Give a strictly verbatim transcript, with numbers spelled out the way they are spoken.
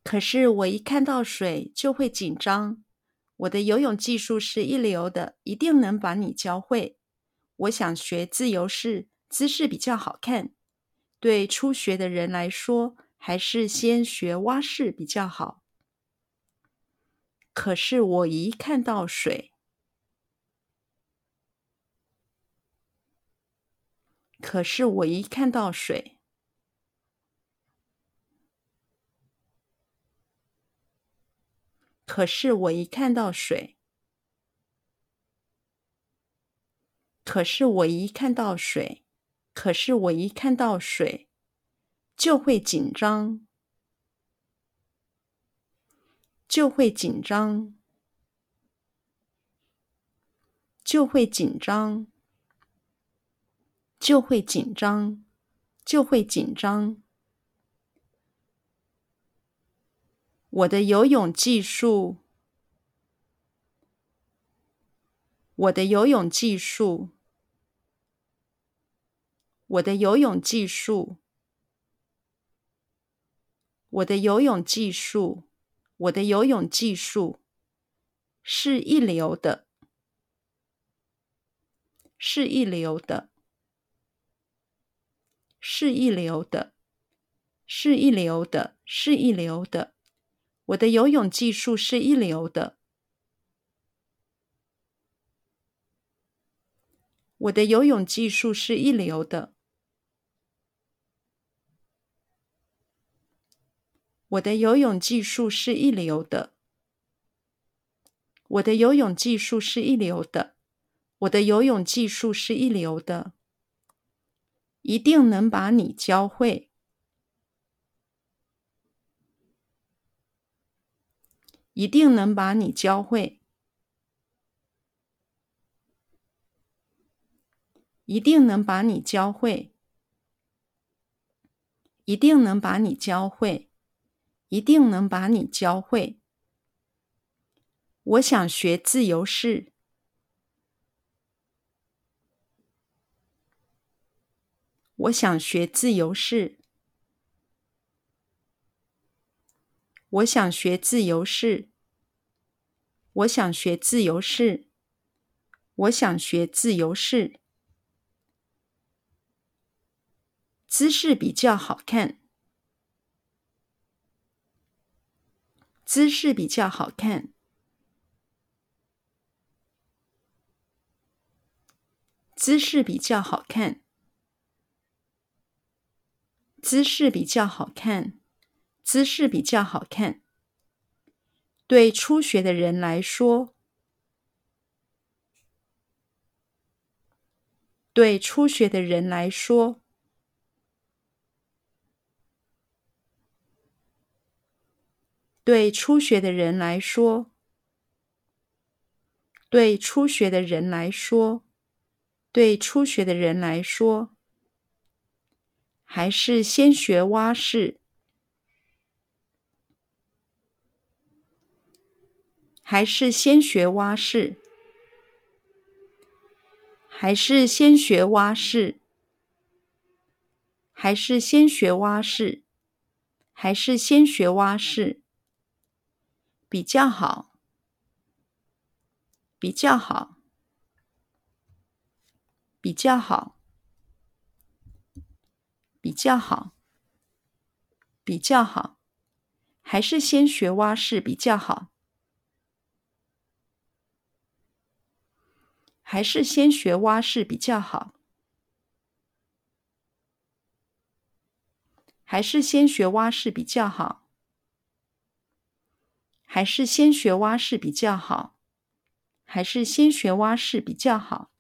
可是我一看到水就会紧张。我的游泳技术是一流的，一定能把你教会。我想学自由式，姿势比较好看。对初学的人来说，还是先学蛙式比较好。可是我一看到水，可是我一看到水，可是我一看到水，可是我一看到水，可是我一看到水，就会紧张，就会紧张，就会紧张，就会紧张，就会紧张。我的游泳技术，我的游泳技术，我的游泳技术，我的游泳技术，我的游泳技术是一流的，是一流的，是一流的，是一流的，是一流的。我的游泳技术是一流的。我的游泳技术是一流的。我的游泳技术是一流的。我的游泳技术是一流的。我的游泳技术是一流的。一定能把你教会。一定能把你教会。一定能把你教会。一定能把你教会。一定能把你教会。我想学自由式。我想学自由式。我想学自由式。我想学自由式。我想学自由式。姿势比较好看。姿势比较好看。姿势比较好看。姿势比较好看。姿势比较好看。对初学的人来说，对初学的人来说，对初学的人来说，对初学的人来说，对初学的人来说，还是先学蛙式，还是先学蛙式，还是先学蛙式，还是先学蛙式，还是先学蛙式，比较好，比较好，比较好，比较好，比较好，还是先学蛙式比较好，还是先学蛙式比较好，还是先学蛙式比较好，还是先学蛙式比较好，还是先学蛙式比较好。